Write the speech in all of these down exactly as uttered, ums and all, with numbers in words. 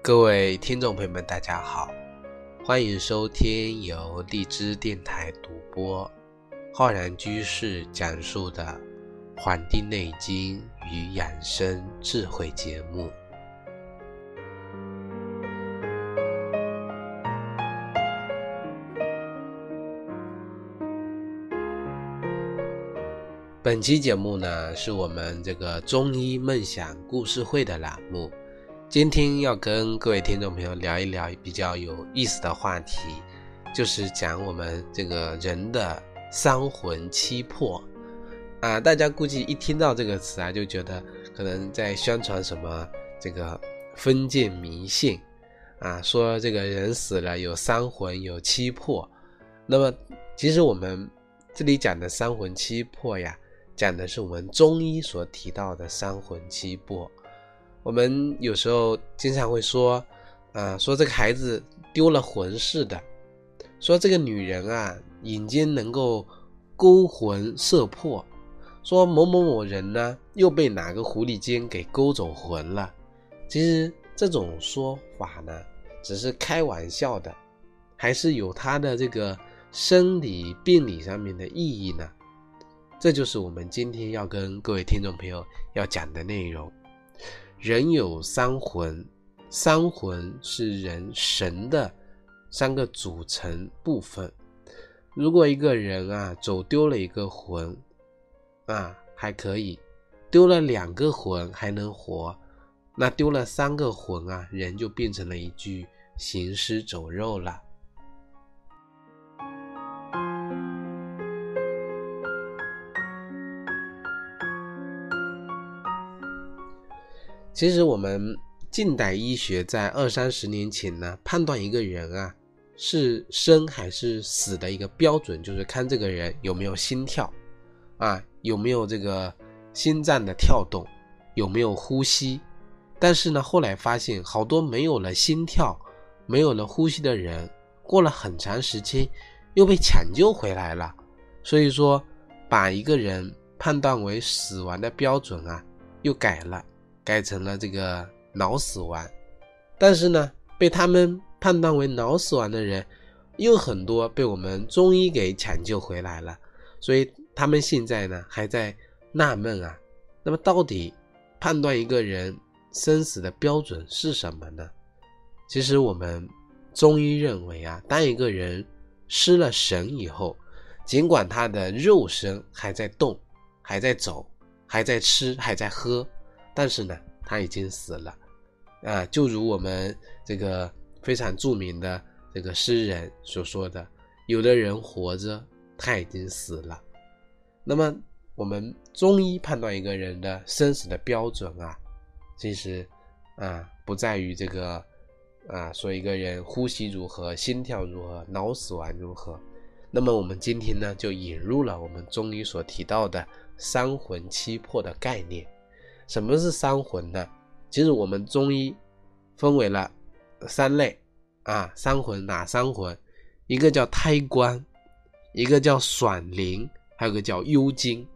各位听众朋友们大家好，欢迎收听由荔枝电台独播浩然居士讲述的《黄帝内经与养生智慧》节目。本期节目呢，是我们这个中医梦想故事会的栏目。今天要跟各位听众朋友聊一聊比较有意思的话题，就是讲我们这个人的三魂七魄啊。大家估计一听到这个词啊，就觉得可能在宣传什么这个封建迷信啊，说这个人死了有三魂有七魄。那么其实我们这里讲的三魂七魄呀，讲的是我们中医所提到的三魂七魄。我们有时候经常会说啊，说这个孩子丢了魂似的，说这个女人啊眼睛能够勾魂摄魄，说某某某人呢又被哪个狐狸精给勾走魂了。其实这种说法呢只是开玩笑的，还是有它的这个生理病理上面的意义呢？这就是我们今天要跟各位听众朋友要讲的内容。人有三魂，三魂是人神的三个组成部分。如果一个人啊走丢了一个魂啊还可以，丢了两个魂还能活，那丢了三个魂啊，人就变成了一具行尸走肉了。其实我们近代医学在二三十年前呢，判断一个人啊是生还是死的一个标准，就是看这个人有没有心跳啊，有没有这个心脏的跳动，有没有呼吸。但是呢，后来发现好多没有了心跳没有了呼吸的人，过了很长时间又被抢救回来了。所以说把一个人判断为死亡的标准啊又改了，改成了这个脑死亡。但是呢，被他们判断为脑死亡的人又很多被我们中医给抢救回来了。所以他们现在呢还在纳闷啊，那么到底判断一个人生死的标准是什么呢？其实我们中医认为啊，当一个人失了神以后，尽管他的肉身还在动，还在走，还在吃，还在喝，但是呢他已经死了啊，就如我们这个非常著名的这个诗人所说的，有的人活着他已经死了。那么我们中医判断一个人的生死的标准啊，其实啊不在于这个啊说一个人呼吸如何，心跳如何，脑死亡如何。那么我们今天呢就引入了我们中医所提到的三魂七魄的概念。什么是三魂呢？其实我们中医分为了三类啊，三魂哪三魂？一个叫胎官，一个叫爽灵，还有个叫幽精。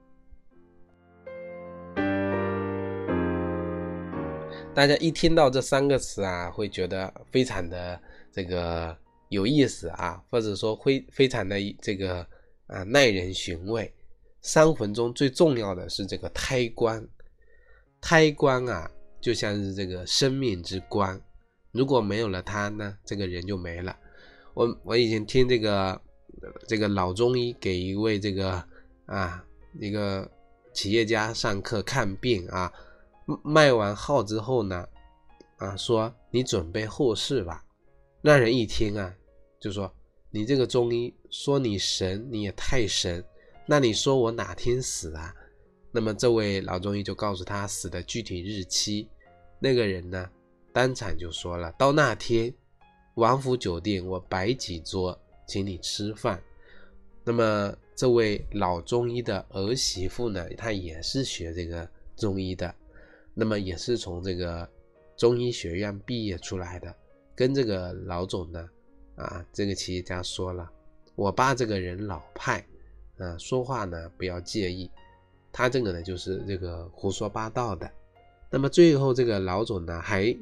大家一听到这三个词啊，会觉得非常的这个有意思啊，或者说会非常的这个啊耐人寻味。三魂中最重要的是这个胎官。胎官啊就像是这个生命之光，如果没有了它呢，这个人就没了。我我以前听这个这个老中医给一位这个啊一个企业家上课看病啊，卖完号之后呢啊说你准备后事吧。那人一听啊就说，你这个中医说你神你也太神，那你说我哪天死啊？那么这位老中医就告诉他死的具体日期。那个人呢当场就说了，到那天王府酒店我摆几桌请你吃饭。那么这位老中医的儿媳妇呢，她也是学这个中医的，那么也是从这个中医学院毕业出来的，跟这个老总呢啊这个企业家说了，我爸这个人老派啊，说话呢不要介意，他这个呢就是这个胡说八道的。那么最后这个老总呢还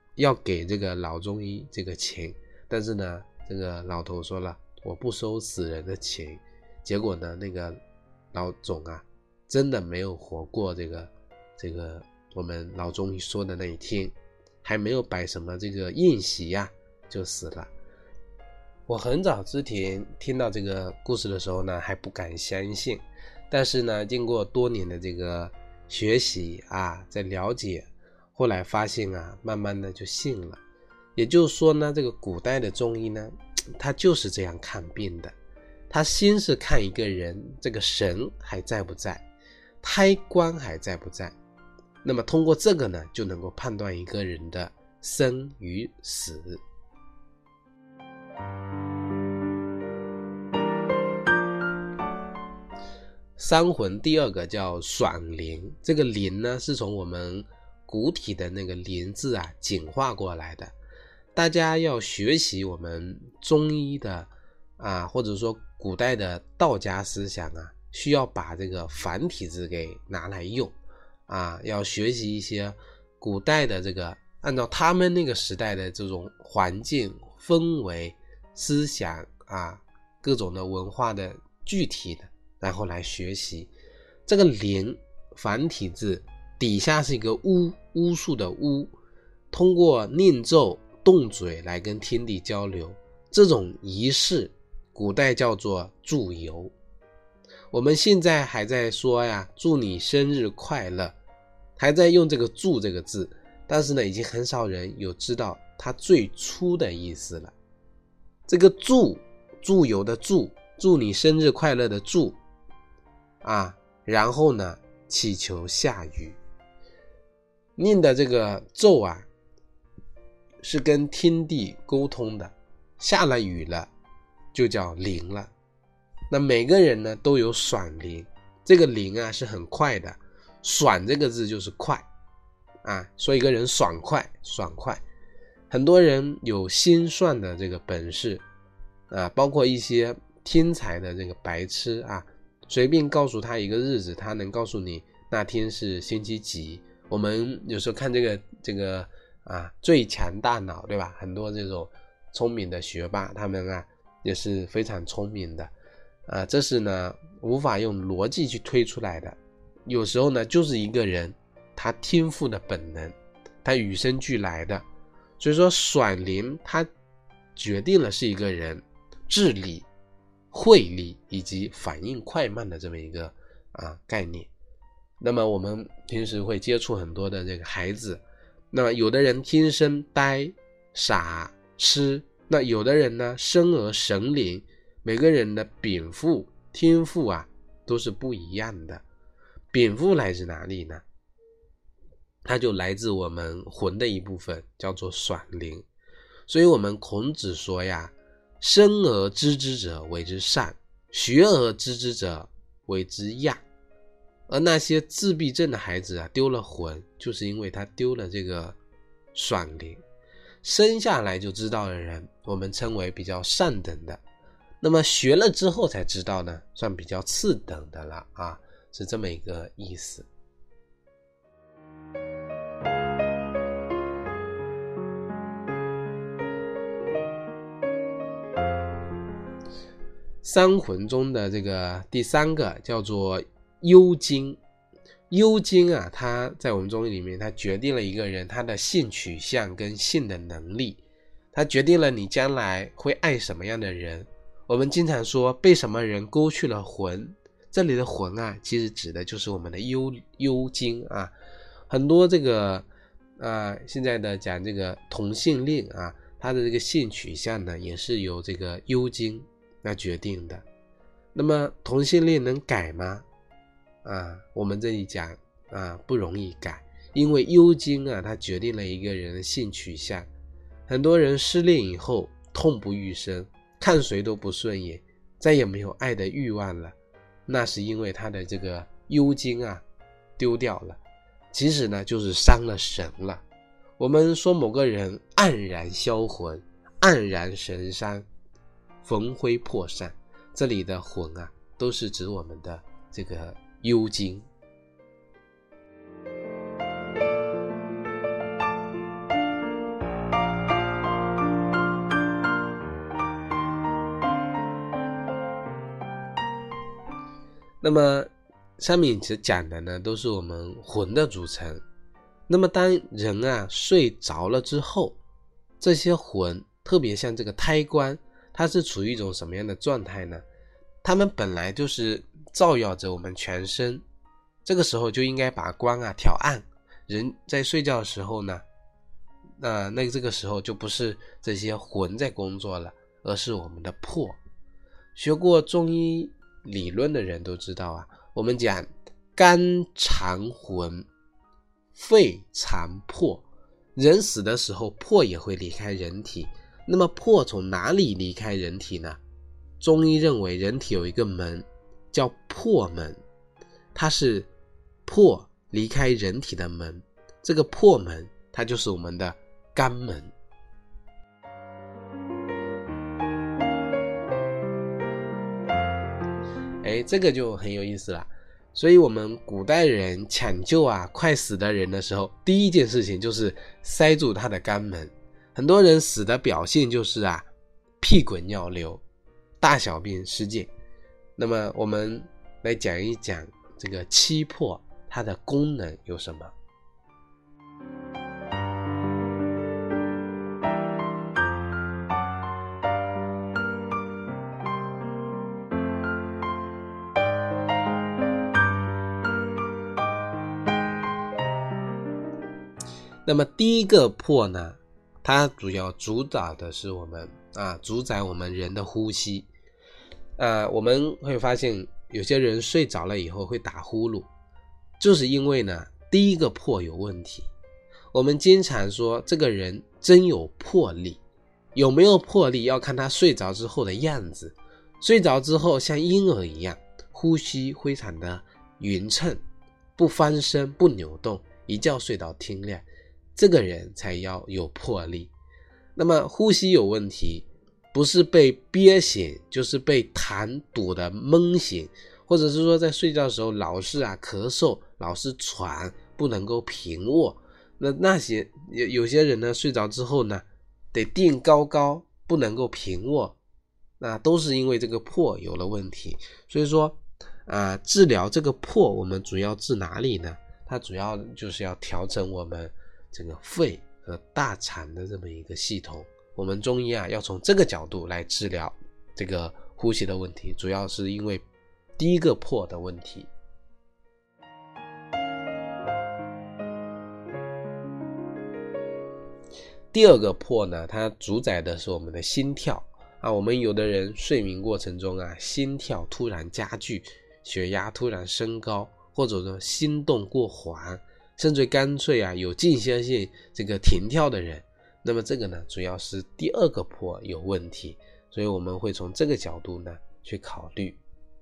要给这个老中医这个钱，但是呢这个老头说了，我不收死人的钱。结果呢那个老总啊真的没有活过这个这个我们老中医说的那一天，还没有摆什么这个宴席呀、啊、就死了。我很早之前听到这个故事的时候呢还不敢相信，但是呢经过多年的这个学习啊在了解，后来发现啊慢慢的就信了。也就是说呢这个古代的中医呢他就是这样看病的，他先是看一个人这个神还在不在，胎官还在不在，那么通过这个呢就能够判断一个人的生与死。三魂第二个叫爽灵，这个灵呢是从我们古体的那个灵字啊简化过来的。大家要学习我们中医的啊，或者说古代的道家思想啊，需要把这个繁体字给拿来用啊，要学习一些古代的这个按照他们那个时代的这种环境氛围思想啊，各种的文化的具体的，然后来学习。这个灵繁体字底下是一个巫，巫术的巫，通过念咒动嘴来跟天地交流，这种仪式古代叫做祝由。我们现在还在说呀祝你生日快乐，还在用这个祝这个字，但是呢已经很少人有知道它最初的意思了。这个祝，祝由的祝，祝你生日快乐的祝啊，然后呢祈求下雨。念的这个咒啊是跟天地沟通的，下了雨了就叫灵了。那每个人呢都有爽灵，这个灵啊是很快的，爽这个字就是快啊，说一个人爽快，爽快。很多人有心算的这个本事啊，包括一些天才的这个白痴啊，随便告诉他一个日子，他能告诉你那天是星期几。我们有时候看这个这个啊最强大脑，对吧？很多这种聪明的学霸，他们啊也是非常聪明的啊，这是呢无法用逻辑去推出来的。有时候呢就是一个人他天赋的本能，他与生俱来的。所以说爽灵它决定了是一个人智力、慧力以及反应快慢的这么一个啊概念。那么我们平时会接触很多的这个孩子，那么有的人天生呆傻痴，那有的人呢生而神灵，每个人的禀赋天赋啊都是不一样的。禀赋来自哪里呢？它就来自我们魂的一部分，叫做爽灵。所以我们孔子说呀，生而知之者为之善，学而知之者为之亚。而那些自闭症的孩子啊，丢了魂，就是因为他丢了这个爽灵。生下来就知道的人，我们称为比较上等的，那么学了之后才知道呢，算比较次等的了啊，是这么一个意思。三魂中的这个第三个叫做幽精。幽精啊，它在我们中医里面，它决定了一个人他的性取向跟性的能力，它决定了你将来会爱什么样的人。我们经常说被什么人勾去了魂，这里的魂啊其实指的就是我们的幽幽精啊。很多这个啊现在的讲这个同性恋啊，他的这个性取向呢也是由这个幽精来决定的。那么同性恋能改吗？啊，我们这里讲啊不容易改，因为幽精啊它决定了一个人的性取向。很多人失恋以后痛不欲生，看谁都不顺眼，再也没有爱的欲望了，那是因为他的这个幽精啊丢掉了，其实呢就是伤了神了。我们说某个人黯然销魂，黯然神伤，焚灰破散，这里的魂啊都是指我们的这个幽精。 那么上面讲的呢都是我们魂的组成。那么当人啊睡着了之后，这些魂特别像这个胎官，它是处于一种什么样的状态呢？它们本来就是照耀着我们全身，这个时候就应该把光啊调暗。人在睡觉的时候呢，那那这个时候就不是这些魂在工作了，而是我们的魄。学过中医理论的人都知道啊，我们讲肝藏魂，肺藏魄，人死的时候魄也会离开人体。那么魄从哪里离开人体呢？中医认为人体有一个门叫魄门，它是魄离开人体的门，这个魄门它就是我们的肝门。哎，这个就很有意思了。所以我们古代人抢救啊快死的人的时候，第一件事情就是塞住他的肝门。很多人死的表现就是啊屁滚尿流，大小便失禁。那么我们来讲一讲这个七魄它的功能有什么。那么第一个魄呢，它主要主导的是我们啊，主宰我们人的呼吸。呃，我们会发现有些人睡着了以后会打呼噜，就是因为呢，第一个魄有问题。我们经常说这个人真有魄力，有没有魄力要看他睡着之后的样子。睡着之后像婴儿一样，呼吸非常的匀称，不翻身不扭动，一觉睡到天亮，这个人才要有魄力。那么呼吸有问题，不是被憋醒，就是被痰堵得闷醒，或者是说在睡觉的时候老是啊咳嗽，老是喘，不能够平卧。那那些 有, 有些人呢睡着之后呢得垫高高，不能够平卧，那都是因为这个魄有了问题。所以说啊、呃，治疗这个魄我们主要治哪里呢？它主要就是要调整我们这个肺和大肠的这么一个系统。我们中医啊要从这个角度来治疗这个呼吸的问题，主要是因为第一个魄的问题。第二个魄呢，它主宰的是我们的心跳啊。我们有的人睡眠过程中啊，心跳突然加剧，血压突然升高，或者说心动过缓，甚至干脆啊有间歇性这个停跳的人，那么这个呢主要是第二个魄有问题，所以我们会从这个角度呢去考虑。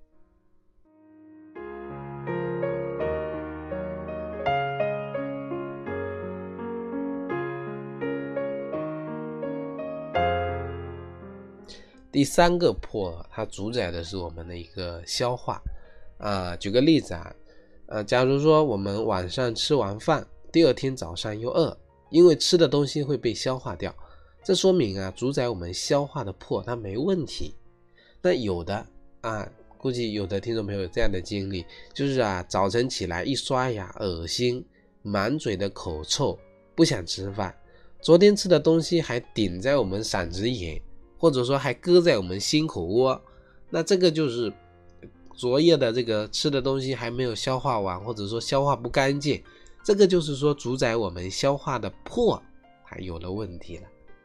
第三个魄它主宰的是我们的一个消化啊、呃。举个例子啊，呃，假如说我们晚上吃完饭，第二天早上又饿，因为吃的东西会被消化掉，这说明啊主宰我们消化的魄它没问题。那有的啊，估计有的听众朋友有这样的经历，就是啊早晨起来一刷牙恶心，满嘴的口臭，不想吃饭，昨天吃的东西还顶在我们嗓子眼，或者说还搁在我们心口窝，那这个就是昨夜的这个吃的东西还没有消化完，或者说消化不干净，这个就是说主宰我们消化的魄还有了问题了。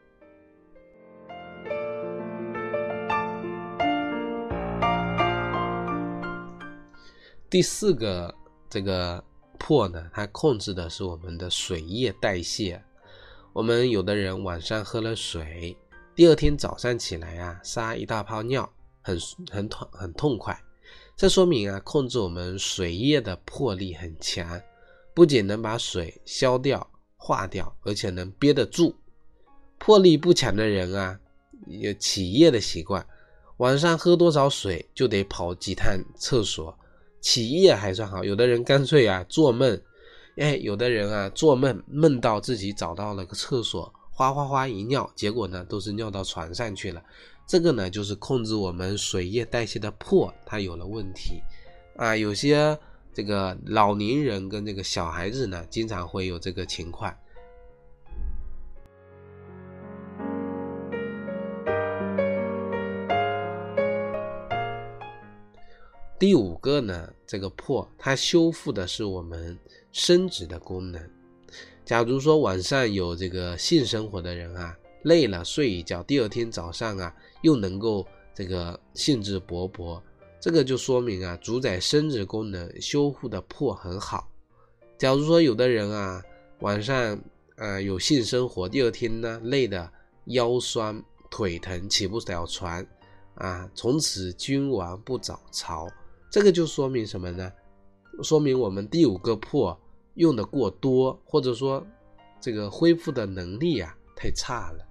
第四个这个魄呢，它控制的是我们的水液代谢。我们有的人晚上喝了水，第二天早上起来啊撒一大泡尿，很很很痛快，这说明啊控制我们水液的魄力很强，不仅能把水消掉化掉，而且能憋得住。魄力不强的人啊有起夜的习惯，晚上喝多少水就得跑几趟厕所，起夜还算好，有的人干脆啊做梦，哎，有的人啊做梦梦到自己找到了个厕所，哗哗哗一尿，结果呢都是尿到床上去了。这个呢就是控制我们水液代谢的魄它有了问题。 啊，有些这个老年人跟这个小孩子呢，经常会有这个情况。第五个呢，这个魄它修复的是我们生殖的功能。假如说晚上有这个性生活的人啊，累了睡一觉，第二天早上啊又能够这个兴致勃勃，这个就说明啊主宰生殖功能修复的魄很好。假如说有的人啊晚上呃有性生活，第二天呢累得腰酸腿疼起不了床啊，从此君王不早朝，这个就说明什么呢？说明我们第五个魄用的过多，或者说这个恢复的能力啊太差了。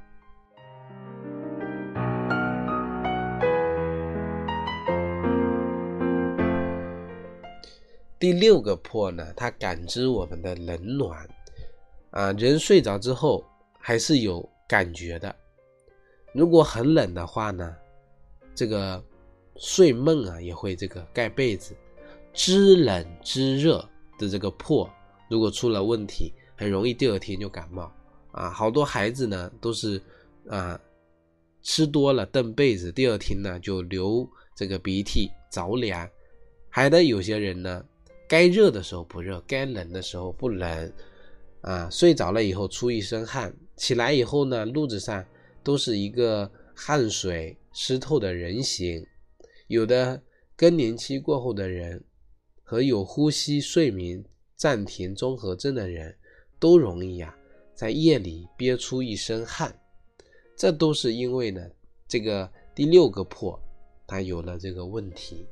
第六个魄呢，它感知我们的冷暖啊，人睡着之后还是有感觉的。如果很冷的话呢，这个睡梦啊也会这个盖被子，知冷知热的这个魄如果出了问题，很容易第二天就感冒啊。好多孩子呢都是啊吃多了蹬被子，第二天呢就流这个鼻涕着凉。还的有些人呢，该热的时候不热，该冷的时候不冷啊，睡着了以后出一身汗，起来以后呢肚子上都是一个汗水湿透的人形。有的更年期过后的人和有呼吸睡眠暂停综合症的人都容易啊在夜里憋出一身汗，这都是因为呢这个第六个魄它有了这个问题。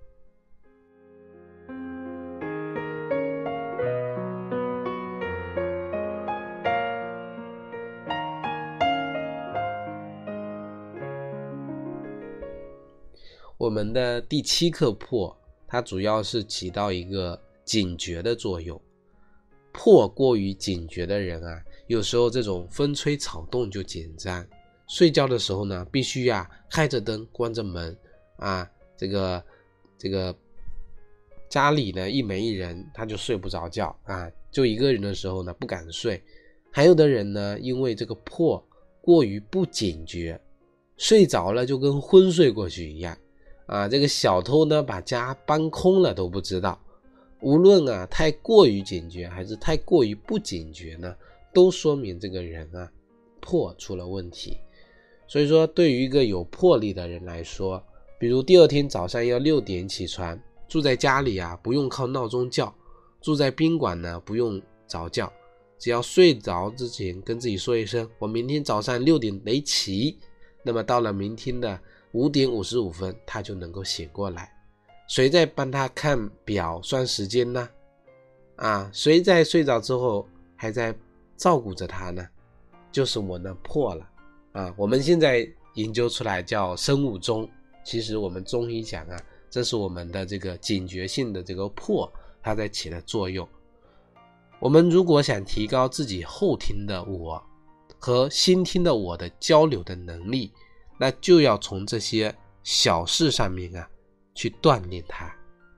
我们的第七个魄它主要是起到一个警觉的作用。魄过于警觉的人啊，有时候这种风吹草动就紧张，睡觉的时候呢必须啊开着灯关着门啊，这个这个家里呢一没一人他就睡不着觉啊，就一个人的时候呢不敢睡。还有的人呢因为这个魄过于不警觉，睡着了就跟昏睡过去一样啊，这个小偷呢把家搬空了都不知道。无论啊太过于警觉还是太过于不警觉呢，都说明这个人啊魄出了问题。所以说对于一个有魄力的人来说，比如第二天早上要六点起床，住在家里啊不用靠闹钟叫，住在宾馆呢不用早叫，只要睡着之前跟自己说一声我明天早上六点得起，那么到了明天的五点五十五分他就能够醒过来。谁在帮他看表算时间呢？啊，谁在睡着之后还在照顾着他呢？就是我们的魄了啊。我们现在研究出来叫生物钟，其实我们中医讲啊，这是我们的这个警觉性的这个魄它在起的作用。我们如果想提高自己后听的我和先听的我的交流的能力，那就要从这些小事上面啊去锻炼它。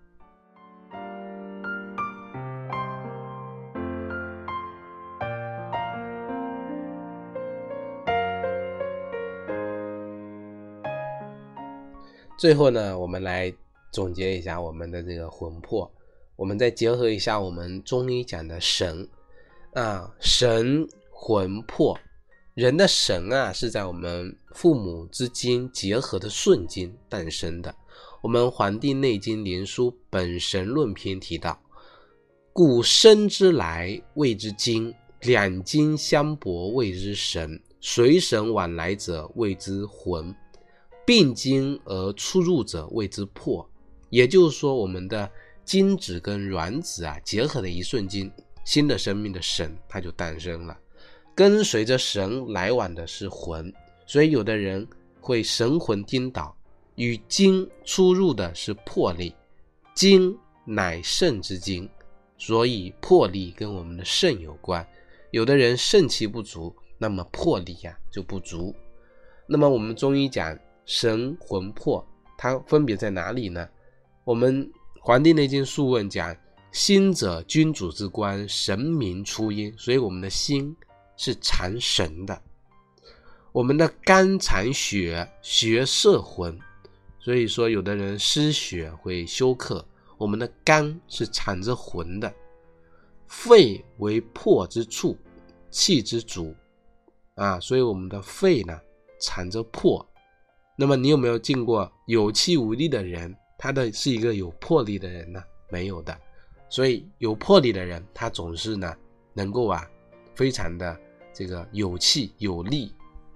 最后呢，我们来总结一下我们的这个魂魄，我们再结合一下我们中医讲的神啊，神魂魄。人的神啊是在我们父母之精结合的瞬间诞生的。我们《黄帝内经·灵枢·本神论篇》提到，故生之来谓之精，两精相搏谓之神，随神往来者谓之魂，并精而出入者谓之魄。也就是说，我们的精子跟卵子啊结合的一瞬间，新的生命的神它就诞生了。跟随着神来往的是魂，所以有的人会神魂颠倒。与精出入的是魄力，精乃肾之精，所以魄力跟我们的肾有关。有的人肾气不足，那么魄力啊就不足。那么我们中医讲神魂魄它分别在哪里呢？我们黄帝内经素问讲心者君主之官，神明出阴，所以我们的心是藏神的。我们的肝藏血，血摄魂，所以说有的人失血会休克，我们的肝是藏着魂的。肺为魄之处，气之主啊，所以我们的肺呢藏着魄。那么你有没有见过有气无力的人，他的是一个有魄力的人呢？没有的。所以有魄力的人，他总是呢能够啊非常的这个有气有力。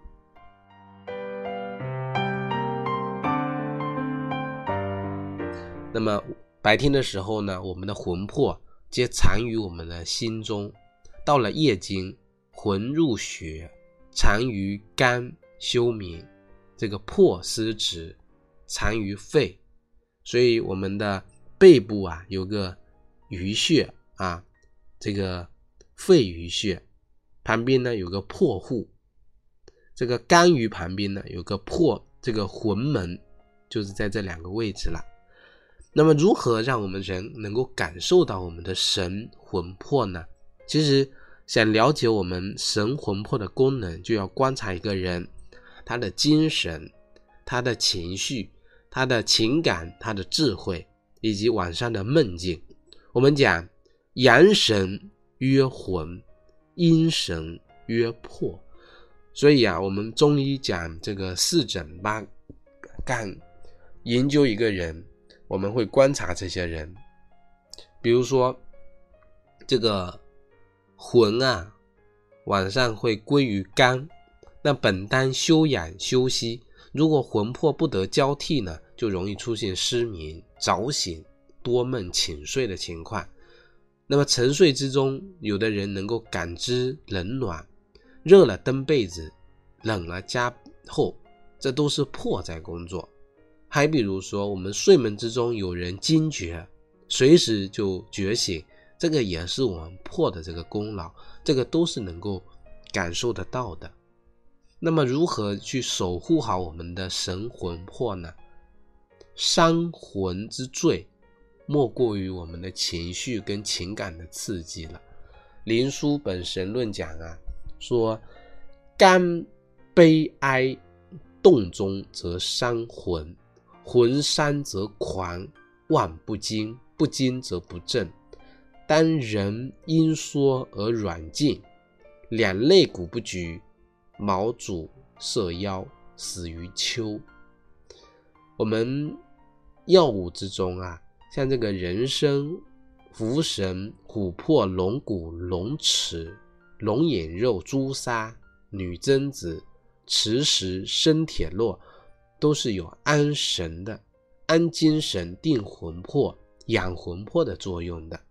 那么白天的时候呢，我们的魂魄皆藏于我们的心中，到了夜间，魂入血，藏于肝休眠，这个魄失职，藏于肺。所以我们的背部啊有个鱼穴啊，这个肺鱼穴旁边呢有个魄户，这个肝鱼旁边呢有个魄，这个魂门就是在这两个位置了。那么如何让我们人能够感受到我们的神魂魄呢？其实想了解我们神魂魄的功能，就要观察一个人他的精神，他的情绪，他的情感，他的智慧，以及晚上的梦境。我们讲阳神曰魂，阴神曰魄。所以啊，我们中医讲这个四诊八纲，研究一个人，我们会观察这些人。比如说这个魂啊，晚上会归于肝，那本当休养休息，如果魂魄不得交替呢，就容易出现失眠、早醒、多梦浅睡的情况。那么沉睡之中，有的人能够感知冷暖，热了蹬被子，冷了加厚，这都是魄在工作。还比如说我们睡梦之中有人惊觉，随时就觉醒，这个也是我们魄的这个功劳，这个都是能够感受得到的。那么如何去守护好我们的神魂魄呢？伤魂之最莫过于我们的情绪跟情感的刺激了。灵枢本神论讲啊，说肝悲哀动中则伤魂，魂伤则狂，妄不惊，不惊则不振。当人阴缩而软静，两肋骨不举，毛主射腰，死于秋。我们药物之中啊，像这个人参、茯神、琥珀、龙骨、龙齿、龙眼肉、朱砂、女贞子、磁石、生铁络，都是有安神的、安精神、定魂魄、养魂魄的作用的。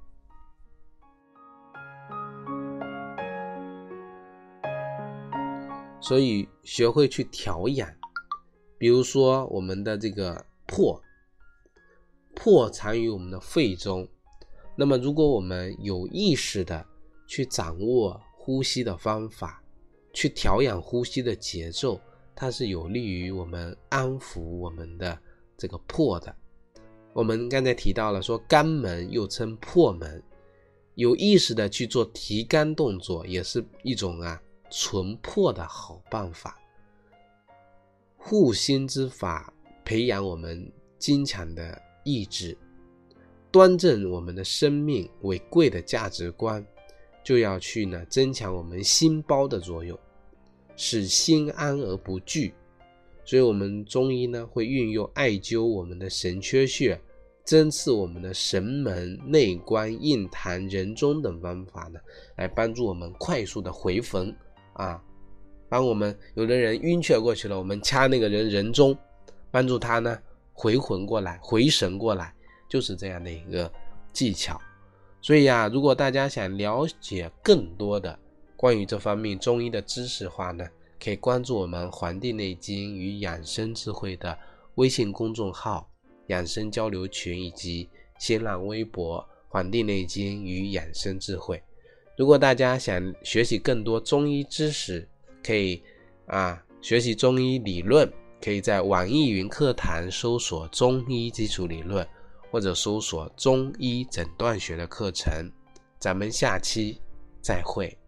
所以学会去调养，比如说我们的这个魄，魄藏于我们的肺中，那么如果我们有意识的去掌握呼吸的方法，去调养呼吸的节奏，它是有利于我们安抚我们的这个魄的。我们刚才提到了说肝门又称魄门，有意识的去做提肝动作，也是一种啊存魄的好办法。护心之法，培养我们坚强的意志，端正我们的生命为贵的价值观，就要去呢增强我们心包的作用，使心安而不惧。所以我们中医呢会运用艾灸我们的神阙穴，针刺我们的神门、内关、印堂、人中等方法呢，来帮助我们快速的回魂啊，帮我们有的人晕厥过去了，我们掐那个人人中，帮助他呢回魂过来，回神过来，就是这样的一个技巧。所以啊，如果大家想了解更多的关于这方面中医的知识的话呢，可以关注我们《黄帝内经与养生智慧》的微信公众号、养生交流群以及新浪微博《黄帝内经与养生智慧》。如果大家想学习更多中医知识，可以啊学习中医理论，可以在网易云课堂搜索中医基础理论， 或者搜索中医诊断学的课程。咱们下期再会。